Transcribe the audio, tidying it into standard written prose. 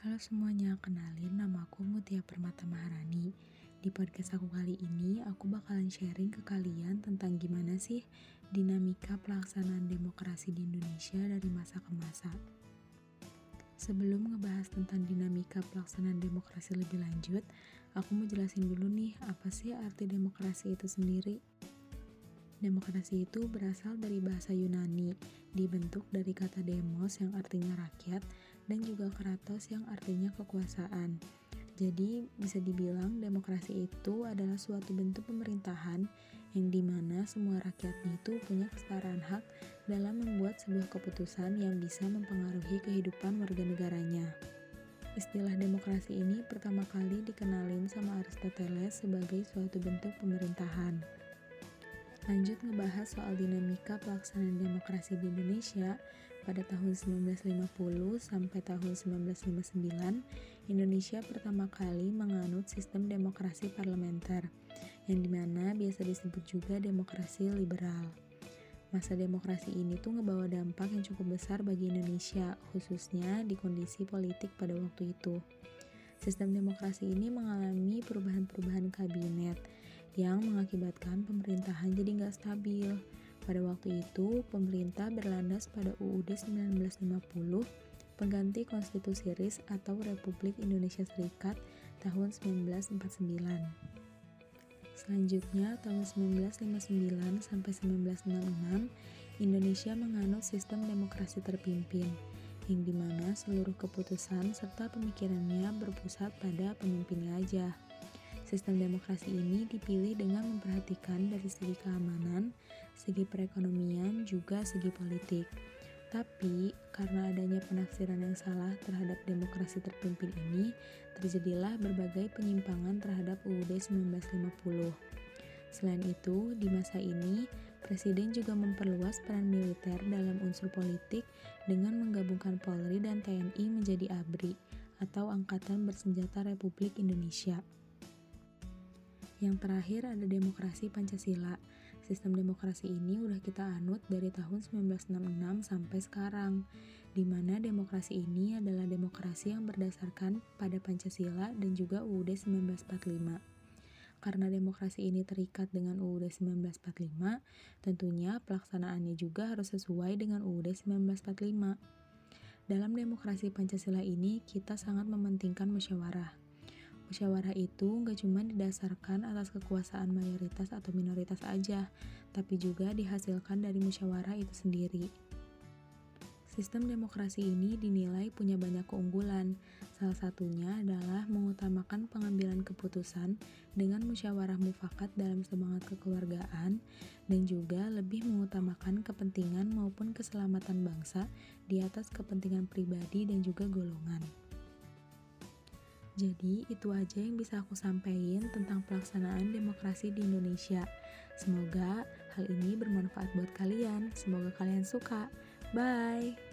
Halo semuanya, kenalin nama aku Mutia Permata Maharani. Di podcast aku kali ini, aku bakalan sharing ke kalian tentang gimana sih dinamika pelaksanaan demokrasi di Indonesia dari masa ke masa. Sebelum ngebahas tentang dinamika pelaksanaan demokrasi lebih lanjut, aku mau jelasin dulu nih, apa sih arti demokrasi itu sendiri. Demokrasi itu berasal dari bahasa Yunani, dibentuk dari kata demos yang artinya rakyat, dan juga kratos yang artinya kekuasaan. Jadi, bisa dibilang demokrasi itu adalah suatu bentuk pemerintahan yang dimana semua rakyatnya itu punya kesetaraan hak dalam membuat sebuah keputusan yang bisa mempengaruhi kehidupan warga negaranya. Istilah demokrasi ini pertama kali dikenalin sama Aristoteles sebagai suatu bentuk pemerintahan. Lanjut ngebahas soal dinamika pelaksanaan demokrasi di Indonesia. Pada tahun 1950 sampai tahun 1959, Indonesia pertama kali menganut sistem demokrasi parlementer, yang dimana biasa disebut juga demokrasi liberal. Masa demokrasi ini tuh ngebawa dampak yang cukup besar bagi Indonesia, khususnya di kondisi politik pada waktu itu. Sistem demokrasi ini mengalami perubahan-perubahan kabinet yang mengakibatkan pemerintahan jadi nggak stabil. Pada waktu itu, pemerintah berlandas pada UUD 1950, pengganti Konstitusi RIS atau Republik Indonesia Serikat tahun 1949. Selanjutnya, tahun 1959 sampai 1966, Indonesia menganut sistem demokrasi terpimpin, yang dimana seluruh keputusan serta pemikirannya berpusat pada pemimpinnya aja. Sistem demokrasi ini dipilih dengan memperhatikan dari segi keamanan, segi perekonomian, juga segi politik. Tapi, karena adanya penafsiran yang salah terhadap demokrasi terpimpin ini, terjadilah berbagai penyimpangan terhadap UUD 1950. Selain itu, di masa ini, Presiden juga memperluas peran militer dalam unsur politik dengan menggabungkan Polri dan TNI menjadi ABRI, atau Angkatan Bersenjata Republik Indonesia. Yang terakhir ada demokrasi Pancasila. Sistem demokrasi ini udah kita anut dari tahun 1966 sampai sekarang, di mana demokrasi ini adalah demokrasi yang berdasarkan pada Pancasila dan juga UUD 1945. Karena demokrasi ini terikat dengan UUD 1945, tentunya pelaksanaannya juga harus sesuai dengan UUD 1945. Dalam demokrasi Pancasila ini, kita sangat mementingkan musyawarah. Musyawarah itu nggak cuma didasarkan atas kekuasaan mayoritas atau minoritas aja, tapi juga dihasilkan dari musyawarah itu sendiri. Sistem demokrasi ini dinilai punya banyak keunggulan. Salah satunya adalah mengutamakan pengambilan keputusan dengan musyawarah mufakat dalam semangat kekeluargaan dan juga lebih mengutamakan kepentingan maupun keselamatan bangsa di atas kepentingan pribadi dan juga golongan. Jadi, itu aja yang bisa aku sampaikan tentang pelaksanaan demokrasi di Indonesia. Semoga hal ini bermanfaat buat kalian. Semoga kalian suka. Bye!